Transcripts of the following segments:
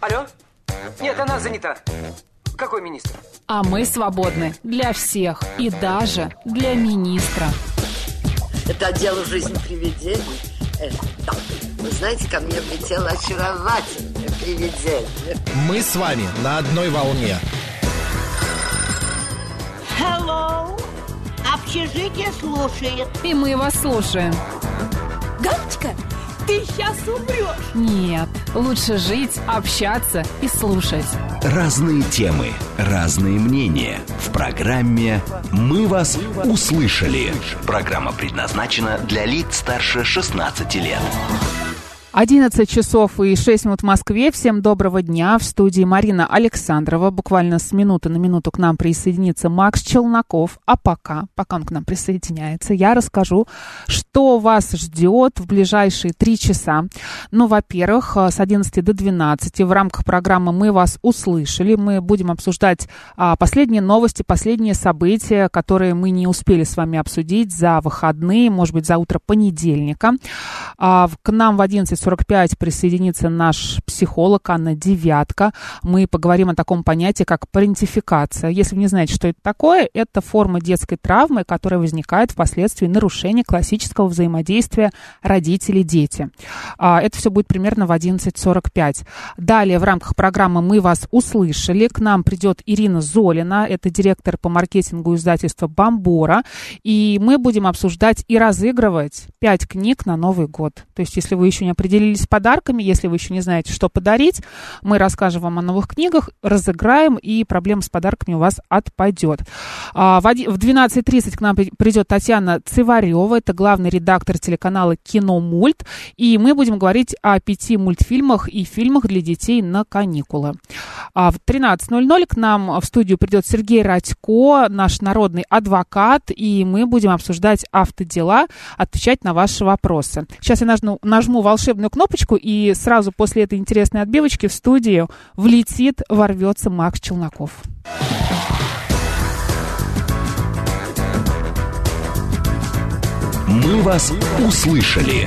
Алло? Нет, она занята. Какой министр? А мы свободны для всех и даже для министра. Это отдел «Жизнь привидений». Вы знаете, ко мне влетело очаровательное привидение. Мы с вами на одной волне. Hello. Общежитие слушает. И мы вас слушаем. Галочка, ты сейчас умрешь. Нет, лучше жить, общаться и слушать. Разные темы, разные мнения. В программе «Мы вас услышали». Программа предназначена для лиц старше 16 лет. 11 часов и 6 минут в Москве. Всем доброго дня. В студии Марина Александрова. Буквально с минуты на минуту к нам присоединится Макс Челноков. А пока он к нам присоединяется, я расскажу, что вас ждет в ближайшие 3 часа. Ну, во-первых, с 11 до 12 в рамках программы «Мы вас услышали». Мы будем обсуждать последние новости, последние события, которые мы не успели с вами обсудить за выходные, может быть, за утро понедельника. К нам в 11:45 присоединится наш психолог Анна Девятка. Мы поговорим о таком понятии, как парентификация. Если вы не знаете, что это такое, это форма детской травмы, которая возникает впоследствии нарушения классического взаимодействия родители-дети. Это все будет примерно в 11:45. Далее в рамках программы «Мы вас услышали» к нам придет Ирина Золина, это директор по маркетингу издательства «Бомбора», и мы будем обсуждать и разыгрывать 5 книг на Новый год. То есть, если вы еще не определились с подарками, если вы еще не знаете, что подарить, мы расскажем вам о новых книгах, разыграем, и проблема с подарками у вас отпадет. В 12:30 к нам придет Татьяна Циварева, это главный редактор телеканала «Киномульт», и мы будем говорить о 5 мультфильмах и фильмах для детей на каникулы. В 13:00 к нам в студию придет Сергей Радько, наш народный адвокат, и мы будем обсуждать автодела, отвечать на ваши вопросы. Сейчас я нажму волшебную кнопочку, и сразу после этой интересной отбивочки в студию ворвется Макс Челноков. Мы вас услышали.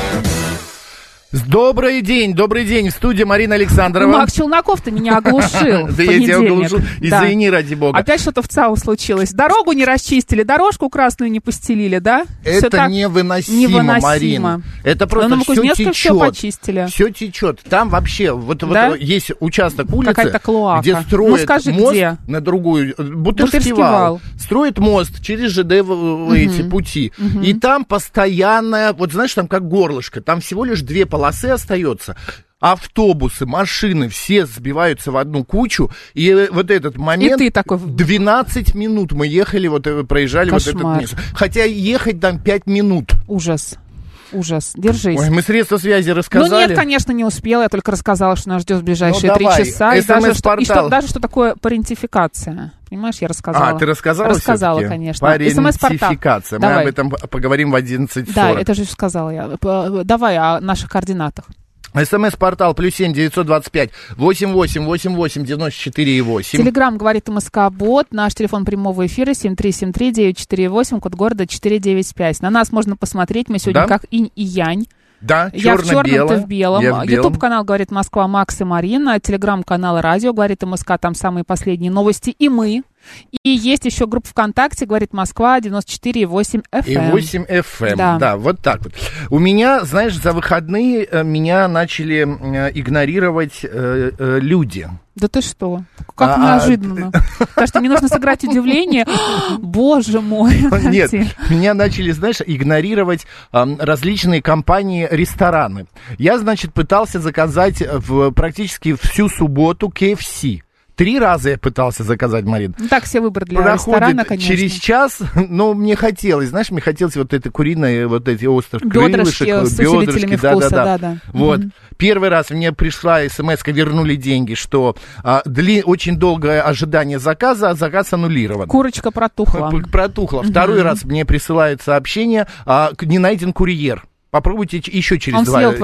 Добрый день. В студии Марина Александрова. Макс Челноков-то меня оглушил. Да я тебя оглушил. Извини, ради бога. Опять что-то в ЦАУ случилось. Дорогу не расчистили, дорожку красную не постелили, да? Это невыносимо, Марина. Это просто все течет. Все почистили. Все течет. Там вообще вот есть участок улицы, какая-то клоака. где строят мост где? На другую. Бутырский вал. Строят мост через ЖД эти пути. И там постоянное, вот знаешь, там как горлышко. Там всего лишь 2 полосы остается. Автобусы, машины, все сбиваются в одну кучу. И вот этот момент... И ты такой... 12 минут мы ехали, проезжали Кошмар. вот этот месяц. Хотя ехать там 5 минут. Ужас. Держись. Ой, мы средства связи рассказали. Ну нет, конечно, не успела. Я только рассказала, что нас ждет в ближайшие 3 часа. И даже что такое парентификация. Понимаешь, я рассказала. Ты рассказала? Рассказала, конечно. Парентификация. Мы об этом поговорим в 11:40. Да, это же сказала я. Давай о наших координатах. СМС-портал +7 925 88 88 94,8. Телеграм говорит МСК-бот. Наш телефон прямого эфира 7373948, код города 495. На нас можно посмотреть. Мы сегодня как инь и янь. Да, я в черном, ты в белом. Я в белом. Ютуб-канал говорит Москва, Макс и Марина. Телеграм-канал радио говорит МСК, там самые последние новости. И мы. И есть еще группа ВКонтакте, говорит Москва, 94,8 FM. И 8 FM, да, вот так вот. У меня, знаешь, за выходные меня начали игнорировать люди. Да ты что? Как неожиданно. Потому что мне нужно сыграть удивление. Боже мой. Нет, меня начали, знаешь, игнорировать различные компании, рестораны. Я, значит, пытался заказать практически всю субботу KFC. 3 раза я пытался заказать, Марин. Так себе выбор для ресторана, конечно. Через час, мне хотелось, знаешь, вот это куриное, вот эти острых крылышек, бедрышки, да. Вот. Первый раз мне пришла смс-ка, вернули деньги, что очень долгое ожидание заказа, а заказ аннулирован. Курочка протухла. Второй раз мне присылают сообщение, не найден курьер. Попробуйте еще через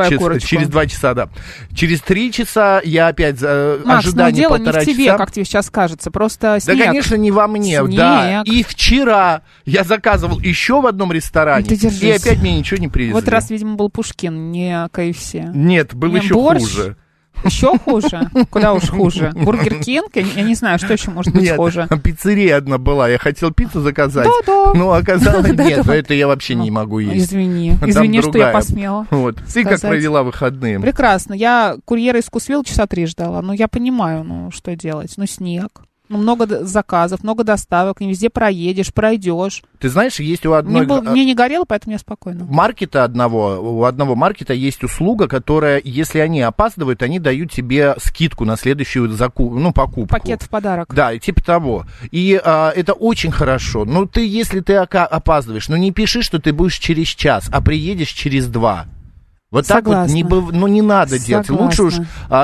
2 часа, да. Через 3 часа я опять Макс, ожидание 1,5 часа. Макс, дело не в тебе, как тебе сейчас кажется, просто снег. Да, конечно, не во мне, снег. Да. И вчера я заказывал еще в одном ресторане, и опять мне ничего не привезли. В этот раз, видимо, был Пушкин, не КФС. Нет, был еще борщ? хуже. Еще хуже? Куда уж хуже? Бургер Кинг? Я не знаю, что еще может быть хуже. Пиццерия одна была. Я хотел пиццу заказать. Да. Но оказалось, нет, это я вообще не могу есть. Извини, что я посмела. Вот. Ты как провела выходные? Прекрасно. Я курьера из Вкусвилл часа 3 ждала. Ну, я понимаю, что делать. Снег. Много заказов, много доставок, не везде проедешь, пройдешь. Ты знаешь, есть у одной... Мне не горело, поэтому я спокойно. У одного маркета есть услуга, которая, если они опаздывают, они дают тебе скидку на следующую покупку. Пакет в подарок. Да, и типа того. И это очень хорошо. Но если ты опаздываешь, не пиши, что ты будешь через час, а приедешь через 2. Вот Согласна. так вот не надо делать. Согласна. Лучше уж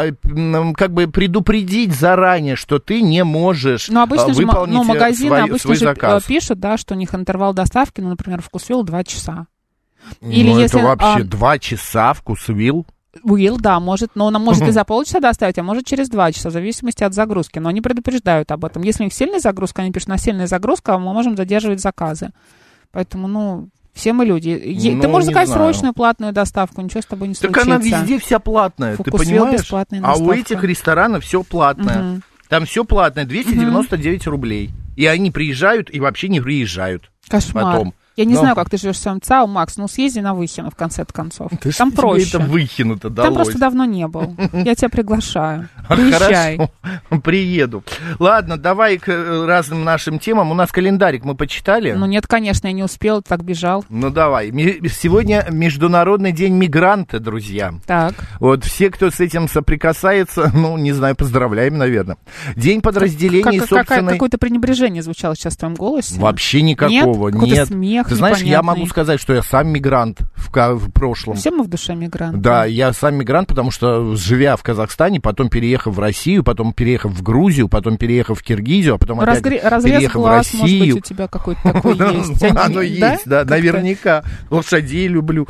предупредить заранее, что ты не можешь выполнить магазины свой заказ. Пишут, да, что у них интервал доставки, например, Вкусвилл 2 часа. Это вообще 2 часа Вкусвилл? Да, может, но она может и за полчаса доставить, а может через 2 часа, в зависимости от загрузки. Но они предупреждают об этом. Если у них сильная загрузка, они пишут, на сильная загрузка, мы можем задерживать заказы. Поэтому, все мы люди. Ты можешь заказать срочную платную доставку, ничего с тобой не случится. Так она везде вся платная, ты понимаешь? А у этих ресторанов все платное. Там все платное, 299 рублей. И они приезжают и вообще не приезжают. Кошмар. Потом. Я не знаю, как ты живешь в своем ЦАУ, Макс, съезди на Выхино, в конце концов. Там проще. Это Выхино-то далось. Там просто давно не был. Я тебя приглашаю. Приезжай. Хорошо, приеду. Ладно, давай к разным нашим темам. У нас календарик мы почитали? Нет, конечно, я не успел, так бежал. Давай. Сегодня Международный день мигранта, друзья. Так. Вот все, кто с этим соприкасается, не знаю, поздравляем, наверное. День подразделений собственной... Какое-то пренебрежение звучало сейчас в твоем голосе. Вообще никакого. Нет. Смех. Ты знаешь, я могу сказать, что я сам мигрант в прошлом. Все мы в душе мигранты. Да, я сам мигрант, потому что, живя в Казахстане, потом переехав в Россию, потом переехав в Грузию, потом переехав в Киргизию, а потом опять переехав в Россию. Может быть, у тебя какой-то такой есть. Оно есть, да, наверняка. Лошадей люблю.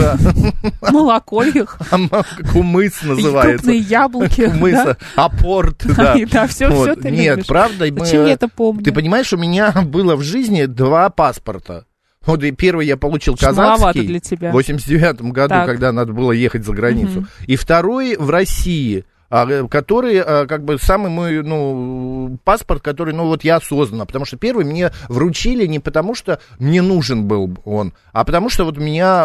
Молоко их. Кумыс называется. Крупные яблоки. Кумыс, апорт. Да, все ты любишь. Нет, правда. Зачем я это помню? Ты понимаешь, у меня было в жизни 2 паспорта. Вот и первый я получил казахский для тебя. В 89-м году, когда надо было ехать за границу. И второй в России, который самый мой, паспорт, который, я осознанно, потому что первый мне вручили не потому, что мне нужен был он, а потому что меня,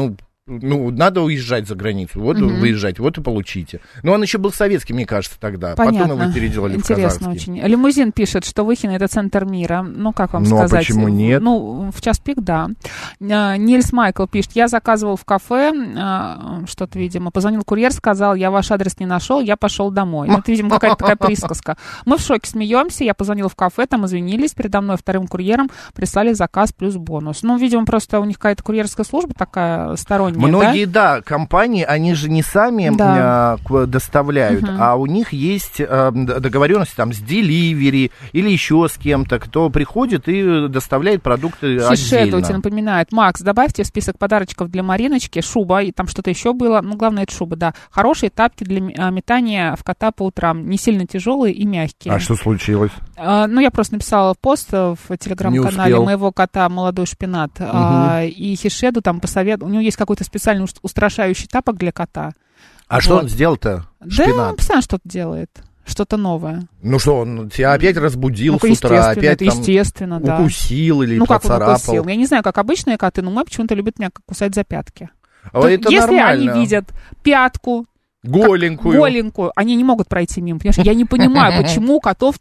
надо уезжать за границу, выезжать, и получите. Но он еще был советский, мне кажется, тогда. Понятно. Потом его переделали в казахский. Интересно очень. Лимузин пишет, что Выхино — это центр мира. Как вам сказать? А почему нет? В час пик, да. Нильс Майкл пишет, я заказывал в кафе, что-то, видимо, позвонил курьер, сказал, я ваш адрес не нашел, я пошел домой. Это, видимо, какая-то такая присказка. Мы в шоке смеемся, я позвонил в кафе, там извинились, передо мной вторым курьером прислали заказ плюс бонус. Видимо, просто у них какая-то курьерская служба такая сторонняя. Многие, компании, они же не сами доставляют, а у них есть договоренности с Delivery или еще с кем-то, кто приходит и доставляет продукты Хишеду отдельно. тебе напоминает. Макс, добавьте в список подарочков для Мариночки шуба, и там что-то еще было, главное, это шуба, да. Хорошие тапки для метания в кота по утрам, не сильно тяжелые и мягкие. А что случилось? Я просто написала пост в телеграм-канале моего кота «Молодой шпинат», и Хишеду там посоветовал, у него есть какой-то специальный устрашающий тапок для кота. Что он сделал-то, шпинат? Да, он постоянно что-то делает. Что-то новое. Что, он тебя опять разбудил с утра, опять укусил или поцарапал? Как он укусил? Я не знаю, как обычные коты, но мой почему-то любит меня кусать за пятки. Это если нормально. Они видят пятку, голенькую, они не могут пройти мимо. Понимаешь? Я не понимаю, почему у котов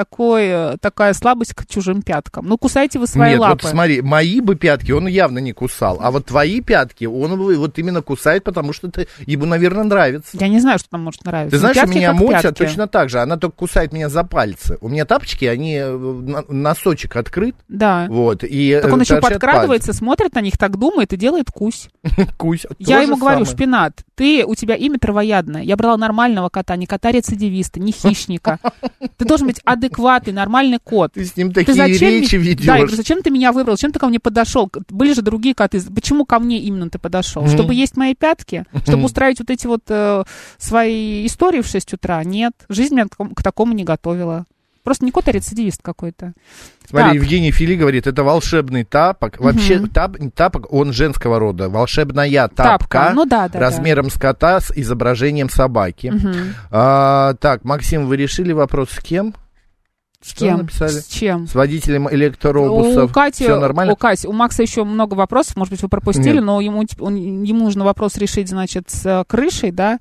такая слабость к чужим пяткам. Кусайте вы свои лапы. Нет, смотри, мои бы пятки он явно не кусал, а вот твои пятки он именно кусает, потому что ему, наверное, нравится. Я не знаю, что нам может нравиться. Ты знаешь, у меня Мотя точно так же, она только кусает меня за пальцы. У меня тапочки, они, носочек открыт. Да. Так он еще подкрадывается, смотрит на них, так думает и делает кусь. Кусь. Я ему говорю, шпинат, у тебя имя травоядное. Я брала нормального кота, не кота-рецидивиста, не хищника. Ты должен быть адекватный, нормальный кот. Ты с ним такие речи ведешь. Да, я говорю, зачем ты меня выбрал, зачем ты ко мне подошел? Были же другие коты, почему ко мне именно ты подошел? Чтобы есть мои пятки? Чтобы устраивать вот эти свои истории в 6 утра? Нет, жизнь меня к такому не готовила. просто не кот, а рецидивист какой-то. Смотри, Евгений Фили говорит, это волшебный тапок. Вообще, тапок, он женского рода. Волшебная тапка ну, да, размером с кота с изображением собаки. Так, Максим, вы решили вопрос с кем? С кем? Написали? С чем? С водителем электробусов. У Кати, все нормально? У Макса еще много вопросов, может быть, вы пропустили, Нет. но ему нужно вопрос решить, значит, с крышей, да?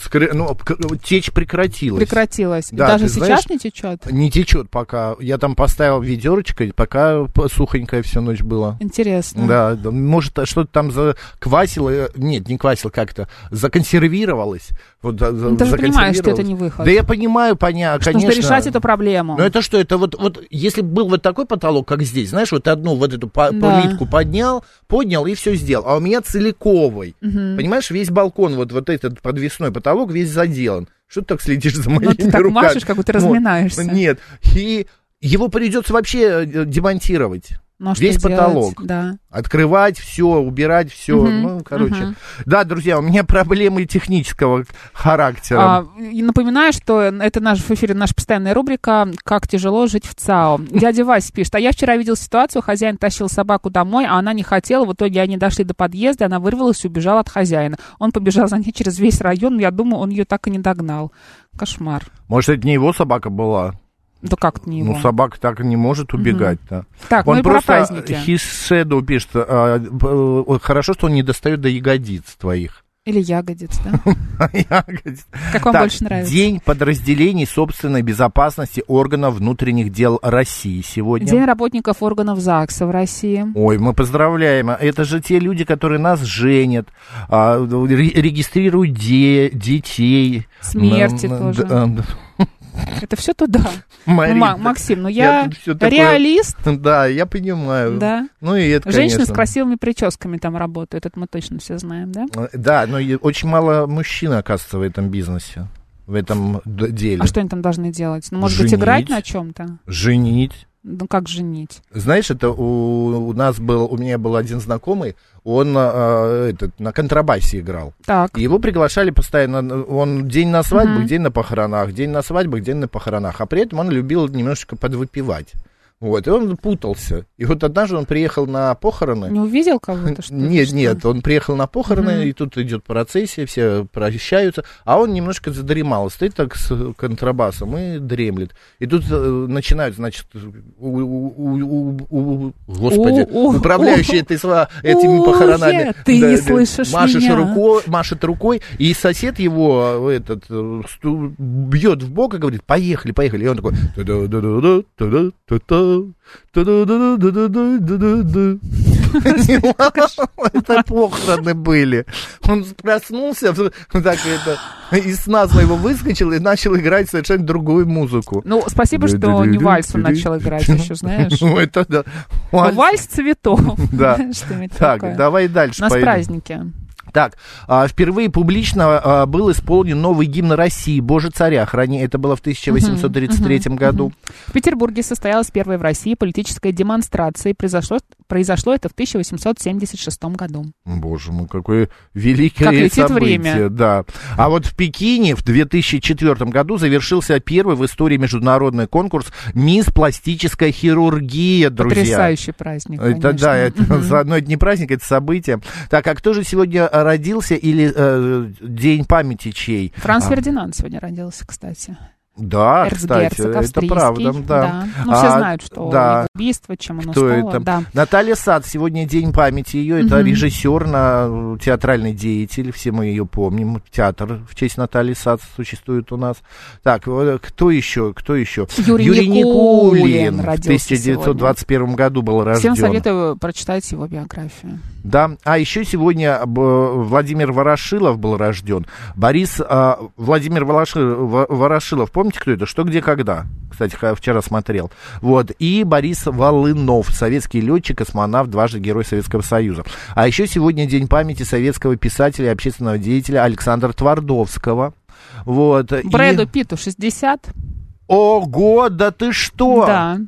Течь прекратилась. Прекратилась. Да, Даже ты сейчас знаешь, не течет? Не течет пока. Я там поставил ведерочко, пока сухонькая всю ночь была. Интересно. Да, может, что-то там заквасило. Нет, не квасило, как-то законсервировалось. Вот, ты же понимаешь, что это не выход. Да я понимаю, конечно. Нужно решать эту проблему. Но это что? Это вот если бы был вот такой потолок, как здесь, знаешь, вот одну вот эту плитку поднял, и все сделал. А у меня целиковый. Понимаешь, весь балкон, вот этот подвесной потолок весь заделан. Что ты так следишь за моими руками? Ну, ты так машешь, как будто разминаешься. Нет. И его придется вообще демонтировать. Весь потолок. Да. Открывать все, убирать все. Да, друзья, у меня проблемы технического характера. И напоминаю, что это в эфире наша постоянная рубрика «Как тяжело жить в ЦАО». Дядя Вася пишет: а я вчера видел ситуацию, хозяин тащил собаку домой, а она не хотела, в итоге они дошли до подъезда, она вырвалась и убежала от хозяина. Он побежал за ней через весь район, я думаю, он ее так и не догнал. Кошмар. Может, это не его собака была? Да как-то не его. Ну, собака так и не может убегать-то. Так, он ну и про праздники. His Shadow пишет, хорошо, что он не достает до ягодиц твоих. Или ягодиц, да? Ягодиц. Как вам больше нравится? День подразделений собственной безопасности органов внутренних дел России сегодня. День работников органов ЗАГСа в России. Ой, мы поздравляем. Это же те люди, которые нас женят, регистрируют детей. Смерти тоже. Это все туда. Максим, я реалист. Да, я понимаю. Да. Ну и это, женщины конечно. С красивыми прическами там работают, это мы точно все знаем, да? Да, но очень мало мужчин, оказывается, в этом бизнесе, в этом деле. А что они там должны делать? Ну, может быть, играть на чем-то? Женить. Ну, как женить? Знаешь, это у меня был один знакомый, он на контрабасе играл. Так. И его приглашали постоянно, он день на свадьбах, день на похоронах, день на свадьбах, день на похоронах, а при этом он любил немножечко подвыпивать. Вот, и он путался. И вот однажды он приехал на похороны. Не увидел кого-то, что ли? Нет, он приехал на похороны, и тут идет процессия, все прощаются, а он немножко задремал, стоит так с контрабасом и дремлет. И тут начинают, значит, управляющие этими похоронами. Ты не слышишь меня. Машет рукой, и сосед его бьет в бок и говорит: поехали. И он такой: это похороны были. Он проснулся, и сна его выскочил и начал играть совершенно другую музыку. Ну, спасибо, что не вальс он начал играть еще, знаешь. Ну, это да. Вальс цветов. Да. Так, давай дальше. У нас праздники. Так, впервые публично был исполнен новый гимн России «Боже, царя храни». Это было в 1833 году. В Петербурге состоялась первая в России политическая демонстрация. Произошло это в 1876 году. Боже мой, какое великое событие. Время. Да. А вот в Пекине в 2004 году завершился первый в истории международный конкурс «Мисс Пластическая хирургия», друзья. Потрясающий праздник, конечно. Это, да, это заодно это не праздник, это событие. Так, а кто же сегодня родился или день памяти чей? Франц Фердинанд сегодня родился, кстати. Да, кстати, это правда, да. Ну, все знают, что его убийство, чем оно стало. Это? Да. Наталья Сац, сегодня день памяти ее, это режиссер, театральный деятель, все мы ее помним, театр в честь Натальи Сац существует у нас. Так, кто еще? Юрий Никулин в 1921 году был рожден. Всем советую прочитать его биографию. Да, а еще сегодня Владимир Ворошилов был рожден. Владимир Ворошилов, помните, кто это? «Что, где, когда». Кстати, вчера смотрел. Вот. И Борис Волынов, советский летчик, космонавт, дважды Герой Советского Союза. А еще сегодня день памяти советского писателя и общественного деятеля Александра Твардовского. Вот. Брэду Питту 60. Ого, да ты что? Да.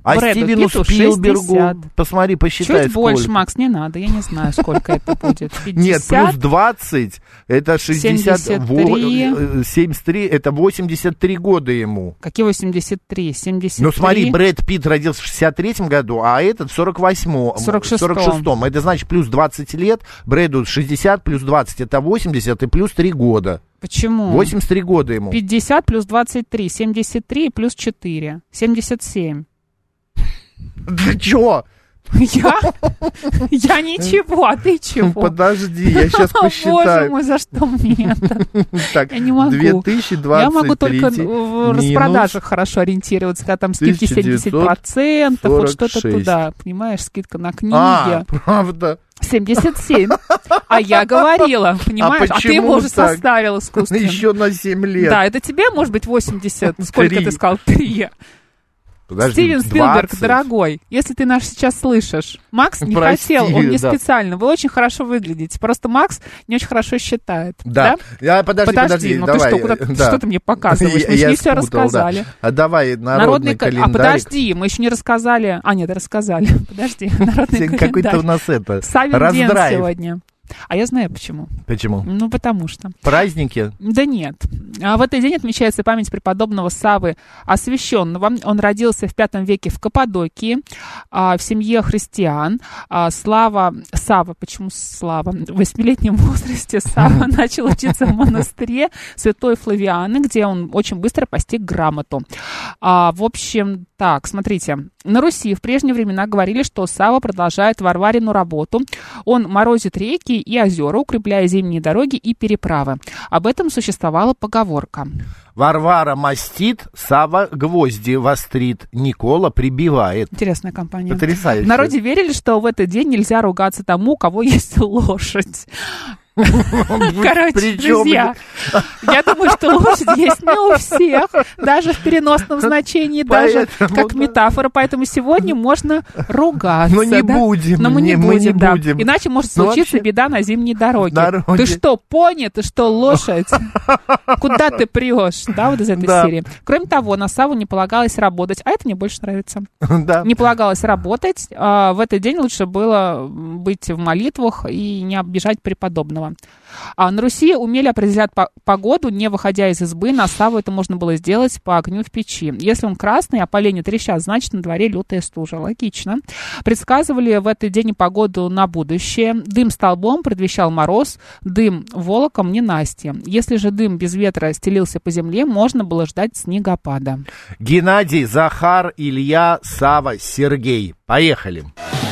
А Брэду Стивену Питту Спилбергу, 60. посмотри, посчитай, Чуть сколько. больше, Макс, не надо, я не знаю, сколько это будет. 50, Нет, плюс 20, это 60, 73, это 83 года ему. Какие 83? 73? Ну смотри, Брэд Питт родился в 63-м году, а этот в 46-м. Это значит плюс 20 лет, Брэду 60 плюс 20, это 80 и плюс 3 года. Почему? 83 года ему. 50 плюс 23, 73 плюс 4, 77. Ты чё? Я ничего, а ты чего? Подожди, я сейчас посчитаю. Боже мой, за что мне это? Так, я не могу. 2023 Я могу только в распродажах хорошо ориентироваться, когда там скидки 70%, вот что-то туда, понимаешь, скидка на книги. А, правда. 77. А я говорила, понимаешь? А ты его уже составил искусственно. Еще на 7 лет. Да, это тебе, может быть, 80. Сколько ты сказал? 3. Подожди, Стивен Спилберг, 20. дорогой, если ты нас сейчас слышишь, Макс не хотел, он не специально, вы очень хорошо выглядите, просто Макс не очень хорошо считает. Да. Подожди, ну давай. Ты что ты мне показываешь? Мы же не все рассказали. Да. А давай народный календарь. А подожди, мы еще не рассказали. А, нет, рассказали. Подожди, народный календарь. Какой-то у нас это Савин день сегодня. А я знаю почему. Почему? Ну, потому что. Праздники? Да нет. В этот день отмечается память преподобного Саввы Освященного. Он родился в V веке в Каппадокии, в семье христиан. Савва, почему Слава? В 8-летнем возрасте Савва начал учиться в монастыре Святой Флавианы, где он очень быстро постиг грамоту. В общем, так, смотрите. На Руси в прежние времена говорили, что Савва продолжает Варварину работу. Он морозит реки и озера, укрепляя зимние дороги и переправы. Об этом существовала поговорка. Варвара мастит, Савва гвозди вострит, Никола прибивает. Интересная компания. Потрясающе. В народе верили, что в этот день нельзя ругаться тому, у кого есть лошадь. Короче, друзья, я думаю, что лошадь есть не у всех, даже в переносном значении, даже как метафора, поэтому сегодня можно ругаться. Но не будем, но мы не будем. Иначе может случиться вообще... беда на зимней дороге. Ты что, пони? Ты что, лошадь? Куда ты прешь? Да, вот из этой серии. Кроме того, на Савву не полагалось работать, а это мне больше нравится. Не полагалось работать. В этот день лучше было быть в молитвах и не обижать преподобного. На Руси умели определять погоду, не выходя из избы. На Савву это можно было сделать по огню в печи. Если он красный, а поленья трещат, значит, на дворе лютая стужа. Логично. Предсказывали в этот день погоду на будущее. Дым столбом предвещал мороз, дым волоком ненастье. Если же дым без ветра стелился по земле, можно было ждать снегопада. Геннадий, Захар, Илья, Савва, Сергей. Поехали.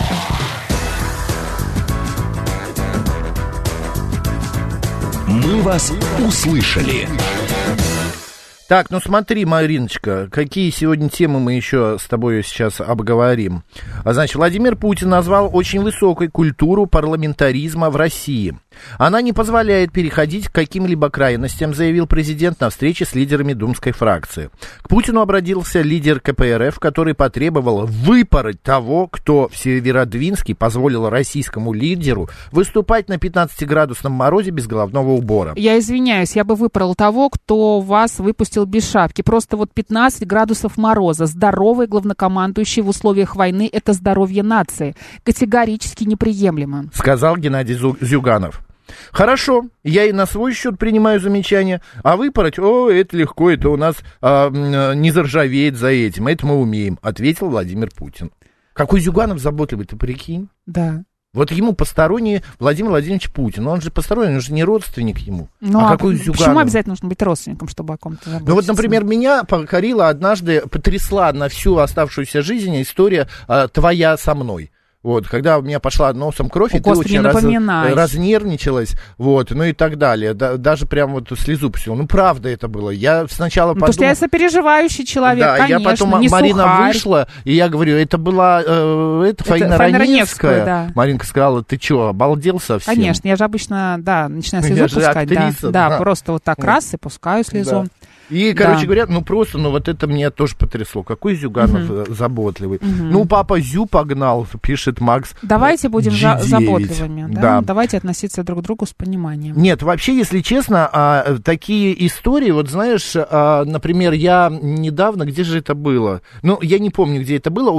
Мы вас услышали. Так, ну смотри, Мариночка, какие сегодня темы мы еще с тобой сейчас обговорим. Значит, Владимир Путин назвал очень высокой культуру парламентаризма в России. Она не позволяет переходить к каким-либо крайностям, заявил президент на встрече с лидерами думской фракции. К Путину обратился лидер КПРФ, который потребовал выпороть того, кто в Северодвинске позволил российскому лидеру выступать на 15-градусном морозе без головного убора. Я извиняюсь, я бы выпорол того, кто вас выпустил без шапки. Просто вот 15 градусов мороза. Здоровый главнокомандующий в условиях войны – это здоровье нации. Категорически неприемлемо. Сказал Геннадий Зюганов. Хорошо, я и на свой счет принимаю замечания. А выпороть, это легко, это у нас не заржавеет за этим. Это мы умеем, ответил Владимир Путин. Какой Зюганов заботливый, ты прикинь? Да. Вот ему посторонний Владимир Владимирович Путин. Он же посторонний, он же не родственник ему. Ну, а какой Зюганов? Почему обязательно нужно быть родственником, чтобы о ком-то заботиться? Ну вот, например, меня покорила однажды, потрясла на всю оставшуюся жизнь история «Твоя со мной». Вот, когда у меня пошла носом кровь, и ты очень разнервничалась, вот, ну и так далее. Даже прям вот слезу пустила. Ну, правда это было. Я сначала подумал... Потому что я сопереживающий человек, да, конечно, я потом, не Марина сухарь. Вышла, и я говорю, это была Фаина Раневская. Да. Маринка сказала, ты что, обалдел совсем? Конечно, я же обычно, начинаю слезу пускать. Актриса, да, просто вот так раз и пускаю слезу. Да. И, короче говоря, просто, вот это меня тоже потрясло. Какой Зюганов заботливый. Папа Зю погнал, пишет Макс. Давайте будем заботливыми, да? Давайте относиться друг к другу с пониманием. Нет, вообще, если честно, такие истории, вот знаешь, например, я недавно, где же это было? Я не помню, где это было.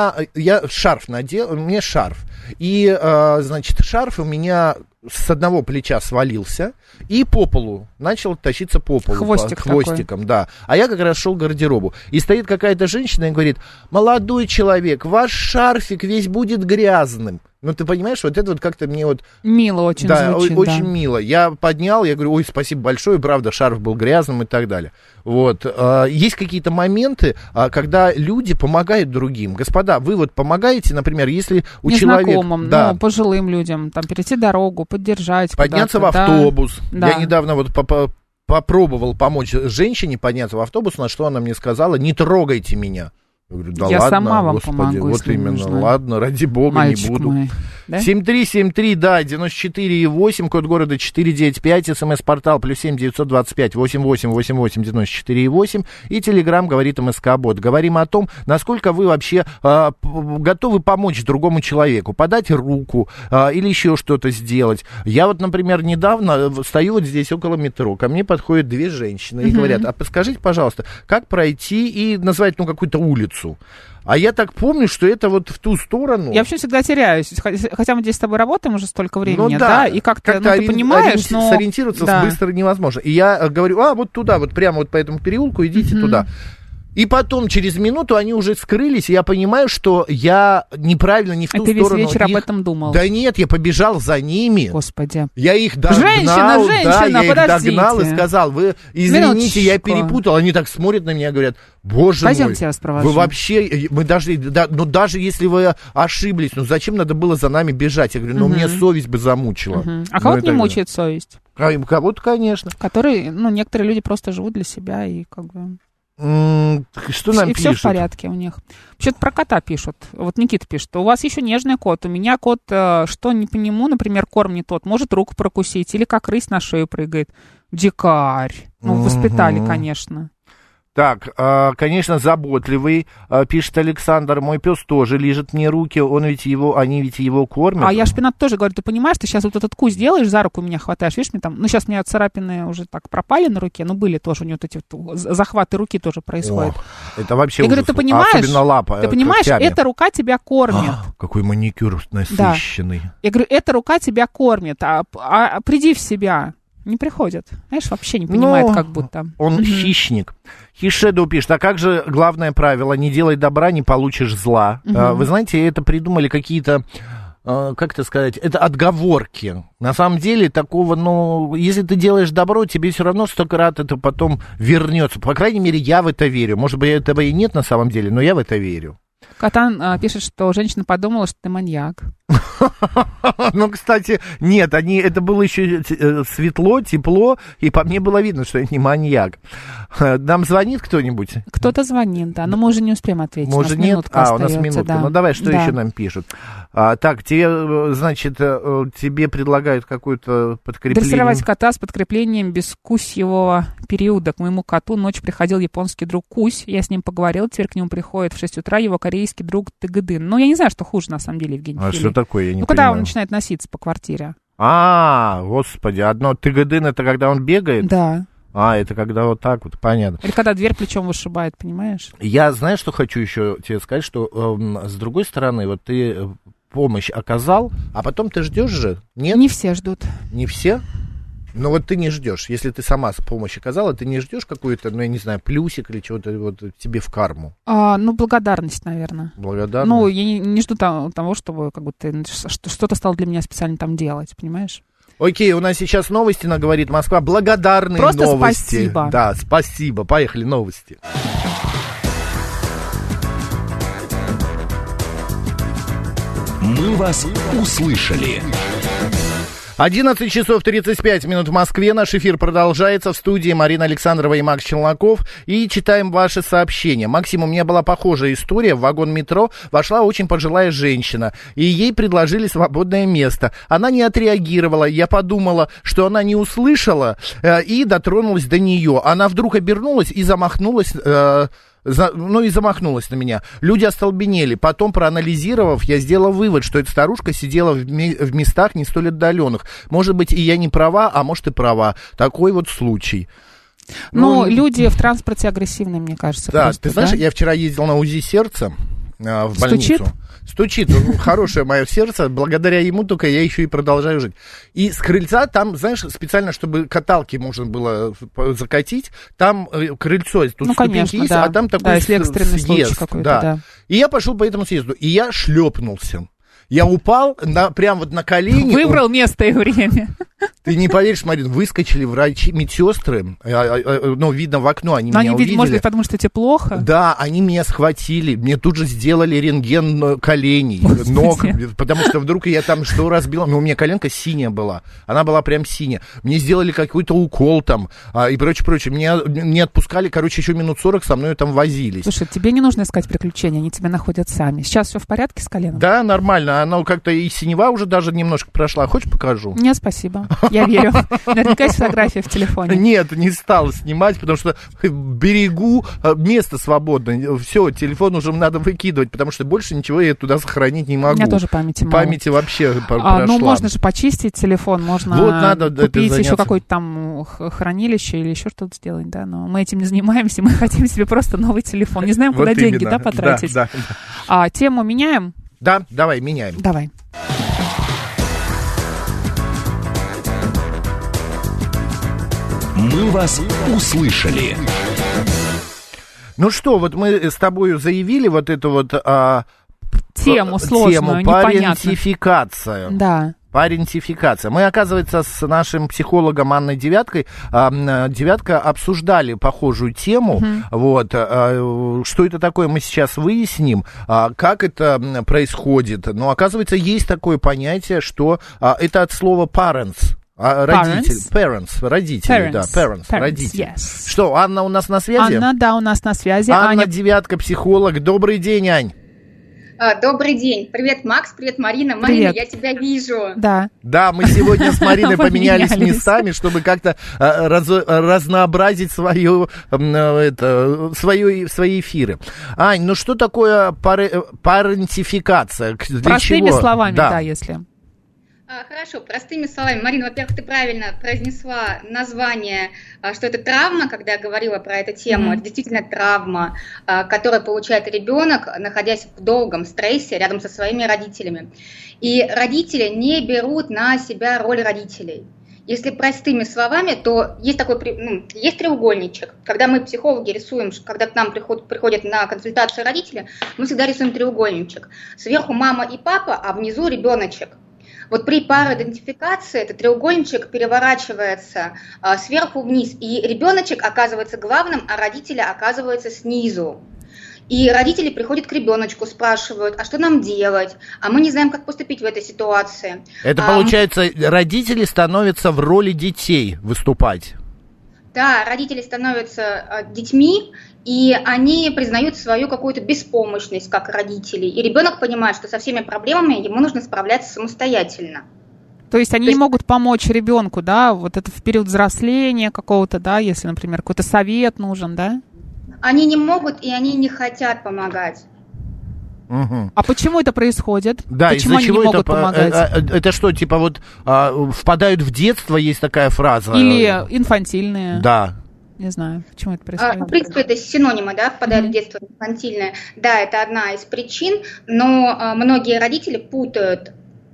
Я шарф надел, у меня шарф. И, значит, шарф у меня с одного плеча свалился и по полу начал тащиться по полу. Хвостиком, да. А я как раз шел к гардеробу. И стоит какая-то женщина и говорит: молодой человек, ваш шарфик весь будет грязным. Ты понимаешь, вот это вот как-то мне вот... Мило очень звучит, да. Очень мило. Я поднял, я говорю: ой, спасибо большое, правда, шарф был грязным и так далее. Вот. Есть какие-то моменты, когда люди помогают другим. Господа, вы вот помогаете, например, если у человека... Незнакомым, пожилым людям, перейти дорогу, поддержать. Подняться в автобус. Да. Я недавно вот попробовал помочь женщине подняться в автобус, на что она мне сказала: не трогайте меня. Я говорю: да я ладно, сама вам Господи, помогу, вот именно, нужно. Ладно, ради бога, мальчик не буду. Мой, да? 7373, да, 94,8, код города 495, смс-портал +7 925 88 88 94,8 и телеграм говорит МСК-бот. Говорим о том, насколько вы вообще готовы помочь другому человеку, подать руку или еще что-то сделать. Я вот, например, недавно стою вот здесь около метро, ко мне подходят две женщины и говорят: а подскажите, пожалуйста, как пройти, и назвать, какую-то улицу. А я так помню, что это вот в ту сторону. Я вообще всегда теряюсь, хотя мы здесь с тобой работаем уже столько времени, да, и как-то ты понимаешь, но... Сориентироваться быстро невозможно. И я говорю: вот туда, вот прямо вот по этому переулку идите туда. И потом, через минуту, они уже скрылись, и я понимаю, что я неправильно, не в ту сторону. Ты весь вечер об этом думал? Да нет, я побежал за ними. Господи. Я их догнал, Женщина, я подождите. Их догнал и сказал: вы извините, я перепутал. Они так смотрят на меня и говорят: боже Пойдемте, мой, я вас провожу. Вы вообще, мы даже если вы ошиблись, зачем надо было за нами бежать? Я говорю: мне совесть бы замучила. А кого-то не мучает совесть? Кого-то, конечно. Которые, некоторые люди просто живут для себя и как бы... Что нам пишут? И все в порядке у них. Что-то про кота пишут. Вот Никита пишет: у вас еще нежный кот. У меня кот, что не по нему, например, корм не тот, может руку прокусить или как рысь на шею прыгает. Дикарь. Воспитали, конечно. Так, конечно, заботливый, пишет Александр. Мой пес тоже лижет мне руки, они ведь его кормят. А я шпинат тоже говорю: ты понимаешь, ты сейчас вот этот кусь делаешь, за руку меня хватаешь, видишь, мне там, сейчас у меня царапины уже так пропали на руке, но были тоже у него вот эти захваты руки тоже происходят. Это вообще я говорю: ты понимаешь, особенно лапа, ты понимаешь, эта рука тебя кормит. Какой маникюр насыщенный. Да. Я говорю: эта рука тебя кормит, а приди в себя. Не приходят. Знаешь, вообще не понимает, как будто. Он хищник. Хишеду пишет: а как же главное правило: не делай добра, не получишь зла. Вы знаете, это придумали какие-то, как это сказать, это отговорки. На самом деле такого, если ты делаешь добро, тебе все равно 100 крат это потом вернется. По крайней мере, я в это верю. Может быть, этого и нет на самом деле, но я в это верю. Катан пишет, что женщина подумала, что ты маньяк. Кстати, нет, это было еще светло, тепло, и по мне было видно, что я не маньяк. Нам звонит кто-нибудь? Кто-то звонит, да, но мы уже не успеем ответить. Может, нет? У нас минутка. Да. Давай, что еще нам пишут? Так, тебе предлагают какое-то подкрепление. Дрессировать кота с подкреплением бескусьевого периода. К моему коту ночью приходил японский друг Кусь, я с ним поговорил, теперь к нему приходит в 6 утра его корейский друг Тыгыдын. Я не знаю, что хуже, на самом деле, Евгений Филипп. Что такое, я не понимаю. Когда он начинает носиться по квартире. Господи, одно Тыгыдын — это когда он бегает? Да. Это когда вот так вот, понятно. Или когда дверь плечом вышибает, понимаешь? Я, знаешь, что хочу еще тебе сказать, что с другой стороны, вот ты помощь оказал, а потом ты ждешь же, нет? Не все ждут. Не все? Но вот ты не ждешь, если ты сама помощь оказала, ты не ждешь какой-то, я не знаю, плюсик или чего-то вот тебе в карму? Благодарность, наверное. Благодарность? Я не жду того, чтобы как бы ты что-то стал для меня специально там делать, понимаешь? Окей, у нас сейчас новости на «Говорит Москва». Благодарные просто новости. Спасибо. Да, спасибо. Поехали, новости. Мы вас услышали. 11 часов 35 минут в Москве. Наш эфир продолжается. В студии Марина Александрова и Макс Челноков. И читаем ваши сообщения. Максим, у меня была похожая история. В вагон метро вошла очень пожилая женщина. И ей предложили свободное место. Она не отреагировала. Я подумала, что она не услышала и дотронулась до нее. Она вдруг обернулась и замахнулась... замахнулась на меня. Люди остолбенели. Потом, проанализировав, я сделал вывод, что эта старушка сидела в местах не столь отдаленных. Может быть, и я не права, а может и права. Такой вот случай. Но люди в транспорте агрессивные, мне кажется. Да, просто, ты знаешь, да? я вчера ездил на УЗИ сердца в больницу. Стучит, хорошее мое сердце, благодаря ему только я еще и продолжаю жить. И с крыльца там, знаешь, специально, чтобы каталки можно было закатить, там крыльцо, тут ступеньки есть, да. А там такой если экстренный съезд какой-то, да. И я пошел по этому съезду, и я шлепнулся. Я упал прям вот на колени. Выбрал место и время. Ты не поверишь, Марин, выскочили врачи, медсестры, видно в окно, они меня увидели. Может быть, потому что тебе плохо? Да, они меня схватили, мне тут же сделали рентген коленей, ног, потому что вдруг я там что разбил, у меня коленка синяя была, она была прям синяя. Мне сделали какой-то укол там и прочее. Меня не отпускали, еще минут 40 со мной там возились. Слушай, тебе не нужно искать приключения, они тебя находят сами. Сейчас все в порядке с коленом? Да, нормально, она как-то и синева уже даже немножко прошла. Хочешь, покажу? Нет, спасибо. Я верю. Наверняка есть фотография в телефоне. Нет, не стал снимать, потому что берегу место свободное. Все, телефон уже надо выкидывать, потому что больше ничего я туда сохранить не могу. У меня тоже памяти мало. Памяти вообще прошла. Можно же почистить телефон, можно надо купить еще какое-то там хранилище или еще что-то сделать, да, но мы этим не занимаемся, мы хотим себе просто новый телефон. Не знаем, куда деньги, да, потратить. Да. Тему меняем? Да, давай, меняем. Давай. Мы вас услышали. Ну что, вот мы с тобой заявили вот эту вот тему сложную, парентификация. Да. Парентификация. Мы, оказывается, с нашим психологом Анной Девяткой обсуждали похожую тему. Вот. Что это такое, мы сейчас выясним. Как это происходит. Но, оказывается, есть такое понятие, что это от слова parents. Родители, да, родители. Yes. Что, Анна у нас на связи? Анна, да, у нас на связи. Анна Девятка, психолог. Добрый день, Ань. Добрый день. Привет, Макс, привет, Марина. Марина, я тебя вижу. Да. Да, мы сегодня с Мариной поменялись местами, чтобы как-то разнообразить свои эфиры. Ань, ну что такое парентификация? Простыми словами, да, если... Хорошо, простыми словами. Марина, во-первых, ты правильно произнесла название, что это травма, когда я говорила про эту тему. Это действительно травма, которую получает ребенок, находясь в долгом стрессе рядом со своими родителями. И родители не берут на себя роль родителей. Если простыми словами, то есть такой, есть треугольничек. Когда мы, психологи, рисуем, когда к нам приходят на консультацию родители, мы всегда рисуем треугольничек. Сверху мама и папа, а внизу ребеночек. Вот при пароидентификации этот треугольничек переворачивается сверху вниз, и ребеночек оказывается главным, а родители оказываются снизу. И родители приходят к ребеночку, спрашивают, а что нам делать? А мы не знаем, как поступить в этой ситуации. Это получается, родители становятся в роли детей выступать. Да, родители становятся детьми, и они признают свою какую-то беспомощность как родители. И ребенок понимает, что со всеми проблемами ему нужно справляться самостоятельно. То есть они не могут помочь ребенку, да, вот это в период взросления какого-то, да, если, например, какой-то совет нужен, да? Они не могут и они не хотят помогать. Угу. А почему это происходит? Да, почему они не могут помогать? Это что, типа вот впадают в детство, есть такая фраза? Или инфантильные? Да. Не знаю, почему это происходит. В принципе, это синонимы, да, впадают в детство, инфантильное. Да, это одна из причин, но многие родители путают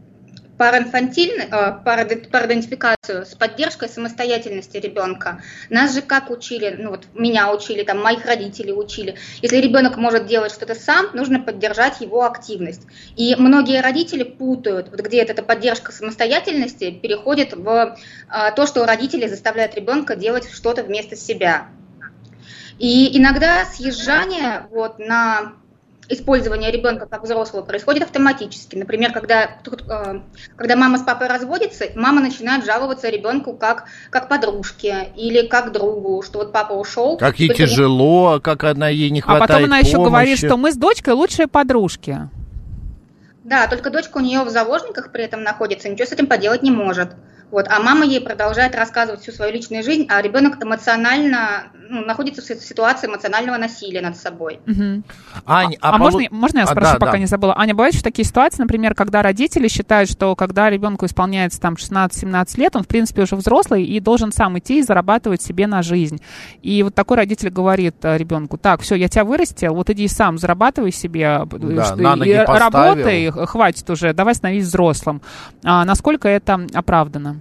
пароидентификацию с поддержкой самостоятельности ребенка. Нас же как учили, меня учили, там, моих родителей учили. Если ребенок может делать что-то сам, нужно поддержать его активность. И многие родители путают, вот где эта поддержка самостоятельности переходит в то, что родители заставляют ребенка делать что-то вместо себя. И иногда съезжание на использование ребенка как взрослого происходит автоматически. Например, когда мама с папой разводятся, мама начинает жаловаться ребенку как подружке или как другу, что вот папа ушел. Как ей тяжело, как ей не хватает помощи. А потом она еще говорит, что мы с дочкой лучшие подружки. Да, только дочка у нее в заложниках при этом находится, ничего с этим поделать не может. Вот, а мама ей продолжает рассказывать всю свою личную жизнь, а ребенок эмоционально находится в ситуации эмоционального насилия над собой. Угу. Ань, можно я спрошу, пока не забыла? Аня, бывают такие ситуации, например, когда родители считают, что когда ребенку исполняется там 16-17 лет, он, в принципе, уже взрослый и должен сам идти и зарабатывать себе на жизнь. И вот такой родитель говорит ребенку: так, все, я тебя вырастил, вот иди сам зарабатывай себе, работай, хватит уже, давай становись взрослым. Насколько это оправдано?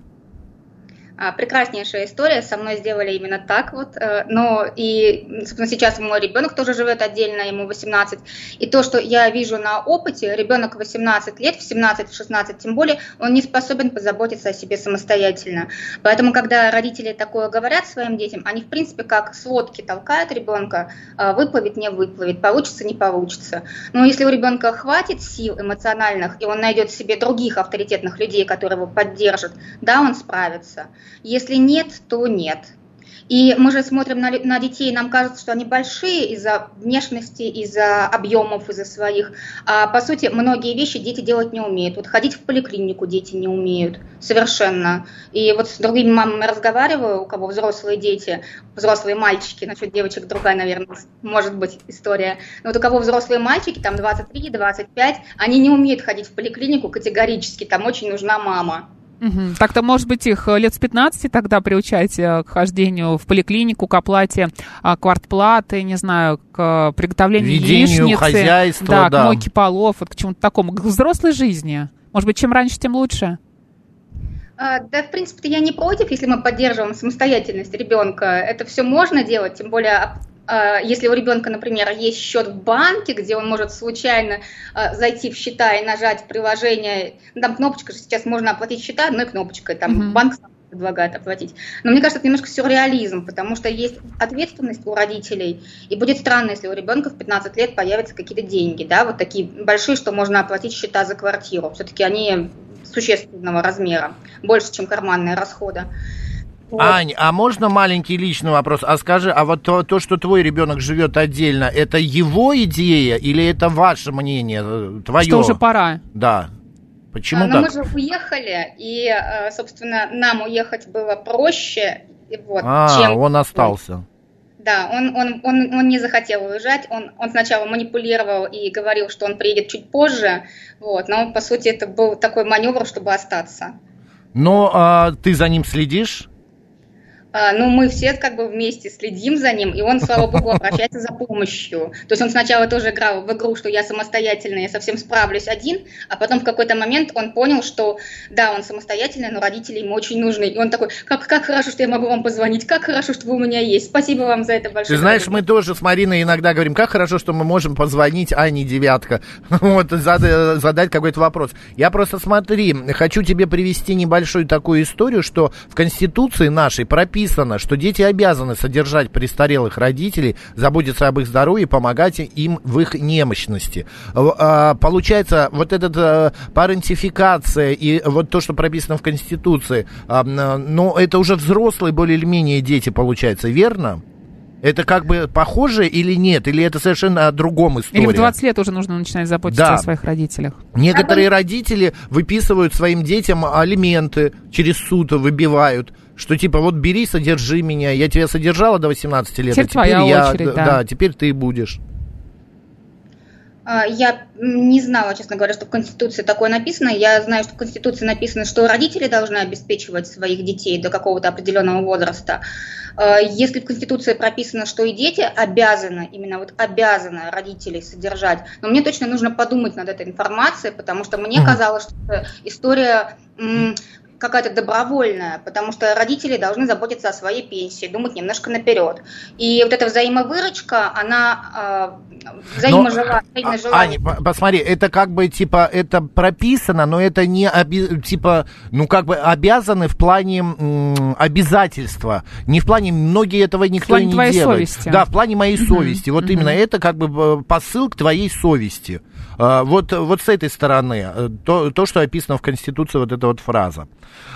Прекраснейшая история, со мной сделали именно так вот, но и, собственно, сейчас мой ребенок тоже живет отдельно, ему 18, и то, что я вижу на опыте, ребенок 18 лет, в 17, в 16 тем более, он не способен позаботиться о себе самостоятельно, поэтому, когда родители такое говорят своим детям, они, в принципе, как с лодки толкают ребенка, выплывет, не выплывет, получится, не получится, но если у ребенка хватит сил эмоциональных, и он найдет в себе других авторитетных людей, которые его поддержат, да, он справится. Если нет, то нет. И мы же смотрим на детей, нам кажется, что они большие из-за внешности, из-за объемов, из-за своих. А по сути, многие вещи дети делать не умеют. Вот ходить в поликлинику дети не умеют совершенно. И вот с другими мамами разговариваю, у кого взрослые дети, взрослые мальчики, насчет девочек другая, наверное, может быть история. Но вот у кого взрослые мальчики, там 23, 25, они не умеют ходить в поликлинику категорически, там очень нужна мама. Угу. Так-то, может быть, их лет с 15 тогда приучать к хождению в поликлинику, к оплате квартплаты, не знаю, к приготовлению яичницы, хозяйства, к мойке полов, вот к чему-то такому, к взрослой жизни. Может быть, чем раньше, тем лучше? Да, в принципе, я не против, если мы поддерживаем самостоятельность ребенка. Это все можно делать, тем более... Если у ребенка, например, есть счет в банке, где он может случайно зайти в счета и нажать приложение, там кнопочка же сейчас можно оплатить счета одной кнопочкой, там банк сам предлагает оплатить. Но мне кажется, это немножко сюрреализм, потому что есть ответственность у родителей, и будет странно, если у ребенка в 15 лет появятся какие-то деньги, да, вот такие большие, что можно оплатить счета за квартиру. Все-таки они существенного размера, больше, чем карманные расходы. Ань, а можно маленький личный вопрос? А скажи, а вот то, что твой ребенок живет отдельно, это его идея или это ваше мнение, твое? Что уже пора. Да. Почему так? Мы же уехали, и, собственно, нам уехать было проще. Вот, чем... он остался. Да, он не захотел уезжать, он сначала манипулировал и говорил, что он приедет чуть позже, вот, но, по сути, это был такой маневр, чтобы остаться. Но ты за ним следишь? Мы все как бы вместе следим за ним, и он, слава богу, обращается за помощью. То есть он сначала тоже играл в игру, что я самостоятельный, я совсем справлюсь один, а потом в какой-то момент он понял, что да, он самостоятельный, но родители ему очень нужны. И он такой: как хорошо, что я могу вам позвонить, как хорошо, что вы у меня есть, спасибо вам за это большое. Ты знаешь, мы тоже с Мариной иногда говорим, как хорошо, что мы можем позвонить Ане Девятко, вот, задать какой-то вопрос. Я просто, смотри, хочу тебе привести небольшую такую историю, что в Конституции нашей прописано, что дети обязаны содержать престарелых родителей, заботиться об их здоровье, помогать им в их немощности. Получается, вот эта парентификация и вот то, что прописано в Конституции, но это уже взрослые более или менее дети, получается, верно? Это как бы похоже или нет? Или это совершенно о другом история? Или в 20 лет уже нужно начинать заботиться о своих родителях? Некоторые родители выписывают своим детям алименты, через суд выбивают, что типа вот бери, содержи меня, я тебя содержала до 18 лет, теперь твоя очередь, да, теперь ты будешь. Я не знала, честно говоря, что в Конституции такое написано. Я знаю, что в Конституции написано, что родители должны обеспечивать своих детей до какого-то определенного возраста. Если в Конституции прописано, что и дети обязаны, именно вот обязаны родителей содержать, но мне точно нужно подумать над этой информацией, потому что мне казалось, что это история какая-то добровольная, потому что родители должны заботиться о своей пенсии, думать немножко наперед. И вот эта взаимовыручка, она взаиможелание. Аня, посмотри, это как бы, типа, это прописано, но это не, типа, ну, как бы обязаны в плане обязательства. Не в плане, многие этого никто не делает. В плане твоей совести. Да, в плане моей совести. Вот именно это как бы посыл к твоей совести. Вот с этой стороны, то, что описано в Конституции, вот эта вот фраза.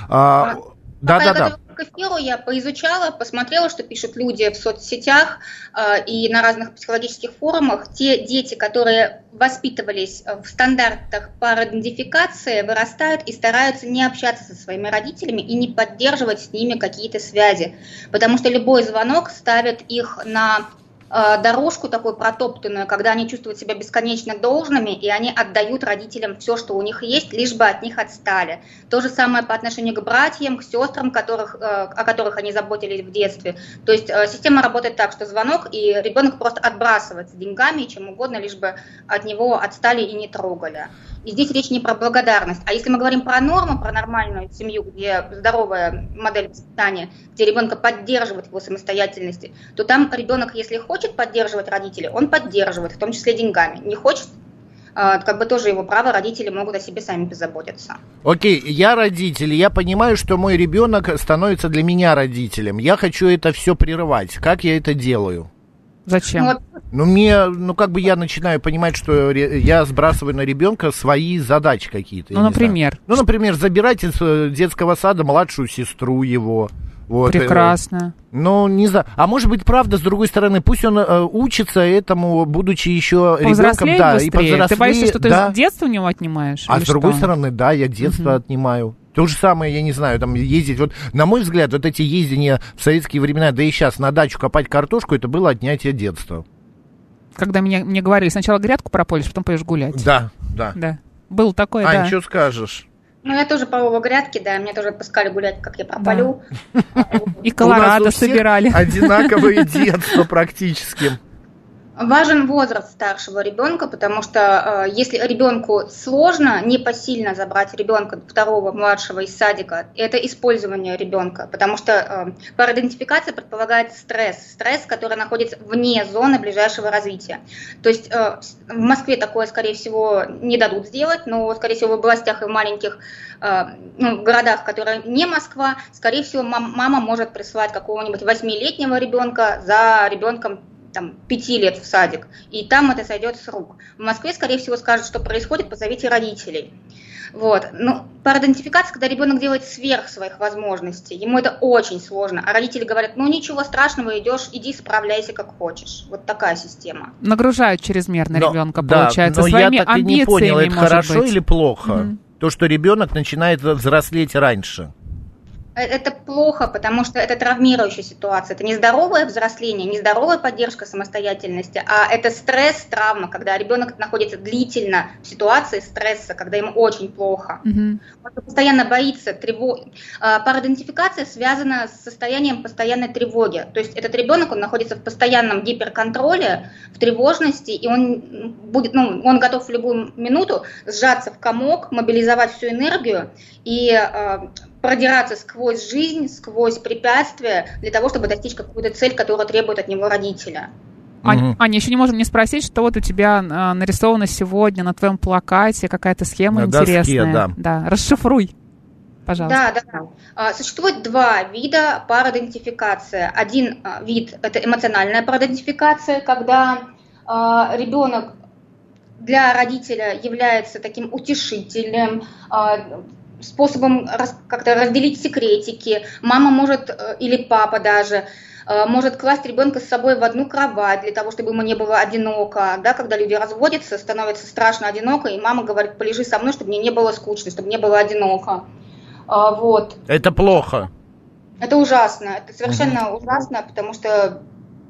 Да. К эфиру я поизучала, посмотрела, что пишут люди в соцсетях и на разных психологических форумах. Те дети, которые воспитывались в стандартах пароидентификации, вырастают и стараются не общаться со своими родителями и не поддерживать с ними какие-то связи. Потому что любой звонок ставит их на дорожку такую протоптанную, когда они чувствуют себя бесконечно должными, и они отдают родителям все, что у них есть, лишь бы от них отстали. То же самое по отношению к братьям, к сестрам, о которых они заботились в детстве. То есть система работает так, что звонок, и ребенок просто отбрасывается деньгами и чем угодно, лишь бы от него отстали и не трогали. И здесь речь не про благодарность. А если мы говорим про норму, про нормальную семью, где здоровая модель воспитания, где ребенка поддерживает его самостоятельности, то там ребенок, если хочет поддерживать родителей, он поддерживает, в том числе деньгами. Не хочет, как бы тоже его право, родители могут о себе сами позаботиться. Окей, я родитель, я понимаю, что мой ребенок становится для меня родителем. Я хочу это все прерывать. Как я это делаю? Зачем? Я начинаю понимать, что я сбрасываю на ребенка свои задачи какие-то. Например? Например, забирать из детского сада младшую сестру его. Вот. Прекрасно. Не знаю. А может быть, правда, с другой стороны, пусть он учится этому, будучи еще ребенком. Да, и повзрослее. Ты боишься, что ты с детства у него отнимаешь? А с другой стороны, да, я детство отнимаю. То же самое, я не знаю, там ездить, вот на мой взгляд, вот эти ездения в советские времена, да и сейчас на дачу копать картошку, это было отнятие детства. Когда мне говорили, сначала грядку прополишь, потом пойдешь гулять. Да. Было такое, да. Ань, что скажешь? Я тоже полова грядки, да, меня тоже отпускали гулять, как я прополю. И колорадо собирали. Одинаковое детство практически. Важен возраст старшего ребенка, потому что если ребенку сложно, непосильно забрать ребенка второго, младшего из садика, это использование ребенка, потому что пароидентификация предполагает стресс, который находится вне зоны ближайшего развития. То есть в Москве такое, скорее всего, не дадут сделать, но, скорее всего, в областях и в маленьких городах, которые не Москва, скорее всего, мама может прислать какого-нибудь 8-летнего ребенка за ребенком 5 лет в садик, и там это сойдет с рук. В Москве, скорее всего, скажут, что происходит, позовите родителей. Вот. Пароидентификация, когда ребенок делает сверх своих возможностей, ему это очень сложно, а родители говорят, ничего страшного, иди справляйся как хочешь. Вот такая система. Нагружают чрезмерно ребенка, получается, своими амбициями, я так и не понял, это хорошо или плохо? То, что ребенок начинает взрослеть раньше. Это плохо, потому что это травмирующая ситуация. Это нездоровое взросление, нездоровая поддержка самостоятельности, а это стресс, травма, когда ребенок находится длительно в ситуации стресса, когда ему очень плохо. Он постоянно боится, тревоги. Пароидентификация связана с состоянием постоянной тревоги. То есть этот ребенок, он находится в постоянном гиперконтроле, в тревожности, и он готов в любую минуту сжаться в комок, мобилизовать всю энергию и продираться сквозь жизнь, сквозь препятствия для того, чтобы достичь какую-то цель, которую требует от него родителя. Аня, еще не можем не спросить, что вот у тебя нарисовано сегодня на твоем плакате, какая-то схема интересная. Да, расшифруй, пожалуйста. Да. Существует два вида пароидентификации. Один вид – это эмоциональная пароидентификация, когда ребенок для родителя является таким утешителем, способом как-то разделить секретики. Мама может, или папа даже, может класть ребенка с собой в одну кровать для того, чтобы ему не было одиноко. Да, когда люди разводятся, становится страшно одиноко, и мама говорит, полежи со мной, чтобы мне не было скучно, чтобы не было одиноко. Вот. Это плохо. Это ужасно. Это совершенно ужасно, потому что,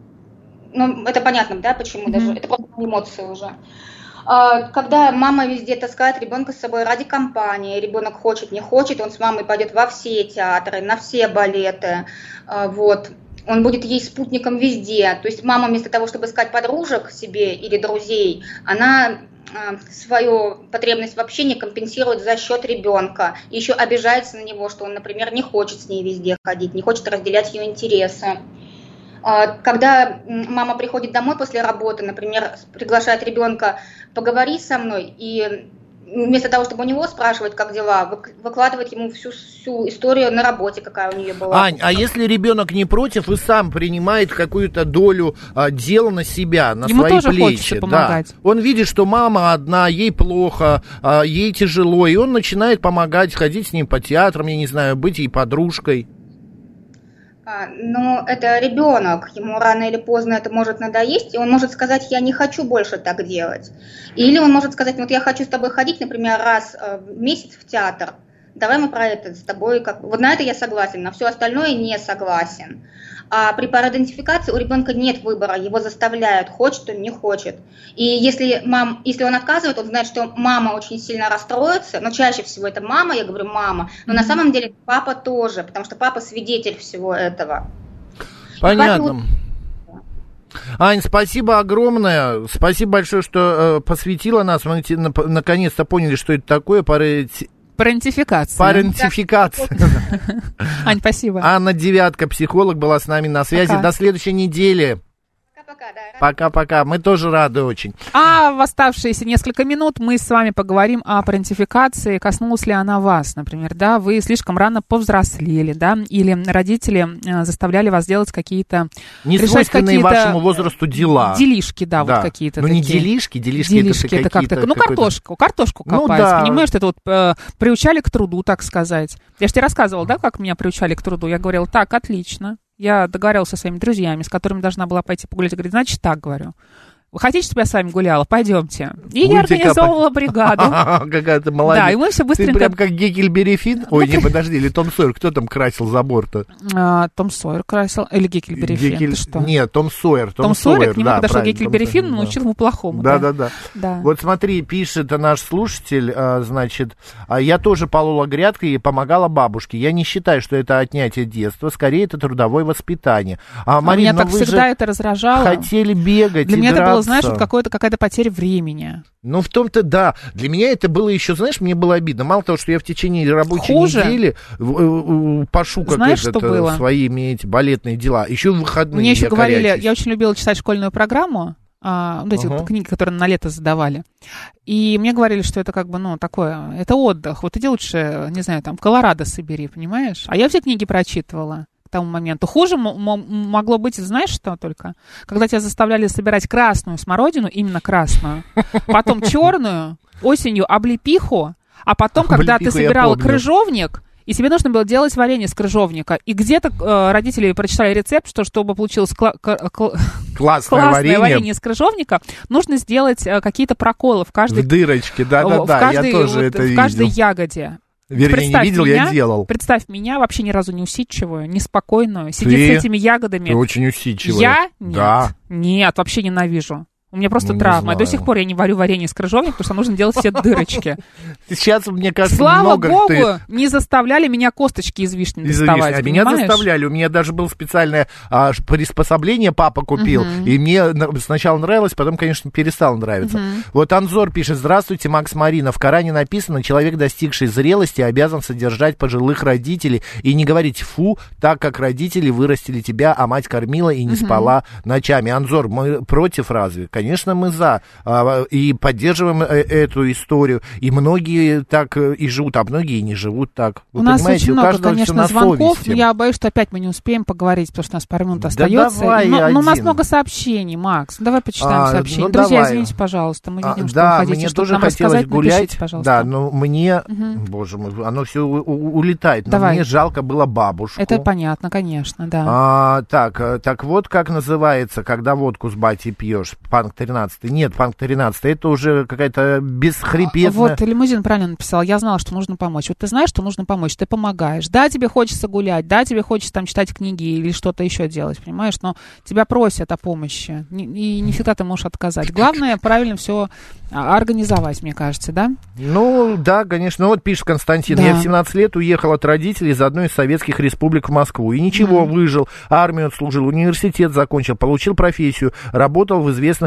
это понятно, да, почему даже. Это просто эмоции уже. Когда мама везде таскает ребенка с собой ради компании, ребенок хочет, не хочет, он с мамой пойдет во все театры, на все балеты, вот. Он будет ей спутником везде. То есть мама вместо того, чтобы искать подружек себе или друзей, она свою потребность в общении компенсирует за счет ребенка. Еще обижается на него, что он, например, не хочет с ней везде ходить, не хочет разделять ее интересы. Когда мама приходит домой после работы, например, приглашает ребенка поговорить со мной, и вместо того, чтобы у него спрашивать, как дела, выкладывает ему всю историю на работе, какая у нее была. Ань, а если ребенок не против и сам принимает какую-то долю дела на себя, на ему свои тоже плечи, хочется помогать. Да. Он видит, что мама одна, ей плохо, ей тяжело, и он начинает помогать, ходить с ней по театрам, я не знаю, быть ей подружкой. Но это ребенок, ему рано или поздно это может надоесть, и он может сказать: я не хочу больше так делать. Или он может сказать: вот я хочу с тобой ходить, например, раз в месяц в театр, давай мы про это с тобой, вот на это я согласен, на все остальное не согласен. А при пароидентификации у ребенка нет выбора, его заставляют, хочет он, не хочет. И если он отказывает, он знает, что мама очень сильно расстроится, но чаще всего это мама, я говорю мама, но на самом деле папа тоже, потому что папа свидетель всего этого. Понятно. Ань, спасибо огромное, спасибо большое, что посвятила нас, мы наконец-то поняли, что это такое, Парентификация. Ань, спасибо. Анна Девятка, психолог, была с нами на связи. Пока. До следующей недели. Пока-пока. Мы тоже рады очень. А в оставшиеся несколько минут мы с вами поговорим о парентификации. Коснулась ли она вас, например, да? Вы слишком рано повзрослели, да? Или родители заставляли вас делать какие-то... Несвойственные вашему возрасту дела. Делишки, да, вот какие-то такие. Не делишки это как-то... картошку копать, понимаешь? Это вот приучали к труду, так сказать. Я же тебе рассказывала, да, как меня приучали к труду? Я говорила: так, отлично. Я договорилась со своими друзьями, с которыми должна была пойти погулять. Говорит: значит так, говорю. Вы хотите, чтобы я с вами гуляла? Пойдемте. И я организовывала бригаду. Какая ты молодец. Да, и мы все быстренько... Ты прям как Геккельбери Финн? Ой, не, подожди, или Том Сойер. Кто там красил забор-то? Том Сойер красил. Или Геккельбери Финн, ты что? Нет, Том Сойер. Том Сойер, к нему подошел Геккельбери Финн, научил ему плохому. Да. Вот смотри, пишет наш слушатель, значит: я тоже полола грядки и помогала бабушке. Я не считаю, что это отнятие детства, скорее это трудовое воспитание. Марина, меня так всегда это раздражало. Хотели бегать. Для меня это было, знаешь, вот какая-то потеря времени. Ну, в том-то, да. Для меня это было еще, знаешь, мне было обидно. Мало того, что я в течение рабочей недели пашу как своими эти балетные дела. Еще в выходные. Мне еще говорили, я очень любила читать школьную программу, вот эти вот книги, которые на лето задавали. И мне говорили, что это как бы, такое, это отдых. Вот иди лучше, не знаю, там, в Колорадо собери, понимаешь? А я все книги прочитывала к тому моменту. Хуже могло быть, знаешь, что только? Когда тебя заставляли собирать красную смородину, именно красную, потом черную, осенью облепиху, а потом, когда ты собирала крыжовник, и тебе нужно было делать варенье с крыжовника. И где-то родители прочитали рецепт, что чтобы получилось классное варенье из крыжовника, нужно сделать какие-то проколы в каждой... В дырочке, да-да-да, я тоже это видел. В каждой ягоде. Вернее, не видел, я делал. Представь меня, вообще ни разу не усидчивую, неспокойную, сидит с этими ягодами. Ты очень усидчивая. Я? Нет. Да. Нет, вообще ненавижу. У меня просто травма. До сих пор я не варю варенье из крыжовника, потому что нужно делать все дырочки. Сейчас, мне кажется, слава богу, не заставляли меня косточки из вишни доставать. А меня заставляли. У меня даже было специальное приспособление, папа купил. И мне сначала нравилось, потом, конечно, перестало нравиться. Вот Анзор пишет: здравствуйте, Макс, Марина. В Коране написано: человек, достигший зрелости, обязан содержать пожилых родителей и не говорить фу, так как родители вырастили тебя, а мать кормила и не спала ночами. Анзор, мы против разве? Конечно, мы за, и поддерживаем эту историю, и многие так и живут, а многие и не живут так. Вы у нас очень много, конечно, звонков, но я боюсь, что опять мы не успеем поговорить, потому что у нас пару минут остается. Но у нас много сообщений, Макс, давай почитаем сообщения. Друзья, извините, пожалуйста, мы видим, что вы хотите что-то нам рассказать, напишите, пожалуйста. Да, но мне, боже мой, оно все улетает, но мне жалко было бабушку. Это понятно, конечно, да. Так вот, как называется, когда водку с батей пьешь? Панк 13. Нет, Панк 13. Это уже какая-то бесхребетная... Вот, Лимузин правильно написал. Я знала, что нужно помочь. Вот ты знаешь, что нужно помочь, ты помогаешь. Да, тебе хочется гулять, да, тебе хочется там читать книги или что-то еще делать, понимаешь? Но тебя просят о помощи. И не всегда ты можешь отказать. Главное, правильно все организовать, мне кажется, да? Ну, да, конечно. Ну, вот пишет Константин. Да. Я в 17 лет уехал от родителей из одной из советских республик в Москву. И ничего, выжил. Армию отслужил, университет закончил, получил профессию, работал в известных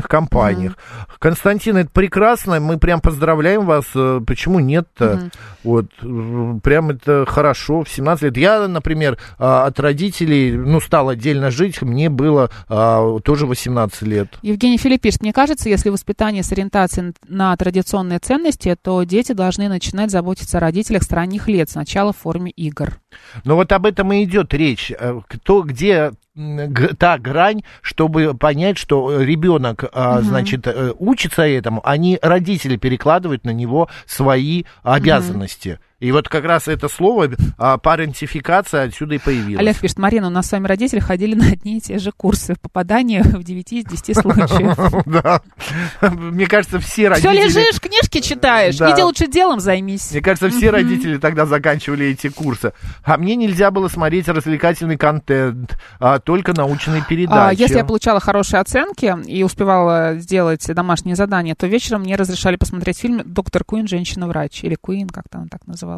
компаниях. Константин, это прекрасно, мы прям поздравляем вас. Почему нет-то? Вот, прям это хорошо, в 17 лет. Я, например, от родителей, стал отдельно жить, мне было тоже 18 лет. Евгений Филипп пишет, мне кажется, если воспитание с ориентацией на традиционные ценности, то дети должны начинать заботиться о родителях с ранних лет, сначала в форме игр. Но вот об этом и идет речь. Где та грань, чтобы понять, что ребенок, значит, учится этому, а не родители перекладывают на него свои обязанности. И вот как раз это слово парентификация отсюда и появилось. Олег пишет, Марина, у нас с вами родители ходили на одни и те же курсы. Попадание в 9 из 10 случаев. Да. Мне кажется, все родители... Все лежишь, книжки читаешь. Иди лучше делом займись. Мне кажется, все родители тогда заканчивали эти курсы. А мне нельзя было смотреть развлекательный контент, только научные передачи. Если я получала хорошие оценки и успевала сделать домашние задания, то вечером мне разрешали посмотреть фильм «Доктор Куин. Женщина-врач». Или «Куин», как-то он так назывался.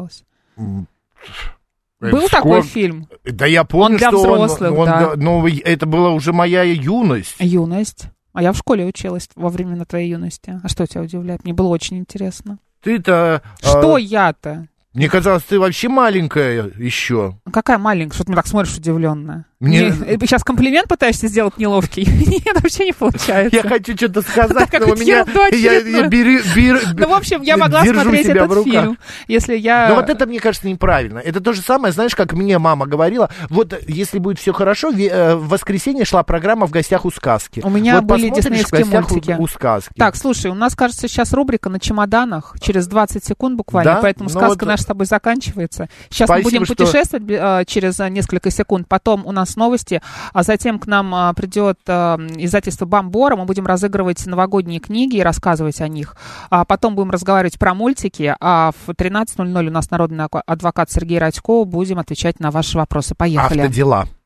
Был такой фильм? Да я помню, для взрослых, но это была уже моя юность. Юность? А я в школе училась во времена твоей юности. А что тебя удивляет? Мне было очень интересно. Ты-то... Что я-то? Мне казалось, ты вообще маленькая еще. Какая маленькая? Что ты мне так смотришь удивленно? Сейчас комплимент пытаешься сделать неловкий? Нет, вообще не получается. Я хочу что-то сказать, но у меня... Ну, в общем, я могла смотреть этот фильм, если я... Ну, вот это, мне кажется, неправильно. Это то же самое, знаешь, как мне мама говорила, вот если будет все хорошо, в воскресенье шла программа «В гостях у сказки». У меня были диснеевские мультики. У сказки. Так, слушай, у нас, кажется, сейчас рубрика «На чемоданах» через 20 секунд буквально, поэтому сказка наша с тобой заканчивается. Сейчас мы будем путешествовать через несколько секунд, потом у нас новости, а затем к нам придет издательство «Бомбора», мы будем разыгрывать новогодние книги и рассказывать о них. А потом будем разговаривать про мультики, а в 13:00 у нас народный адвокат Сергей Радько, будем отвечать на ваши вопросы. Поехали. Автодела.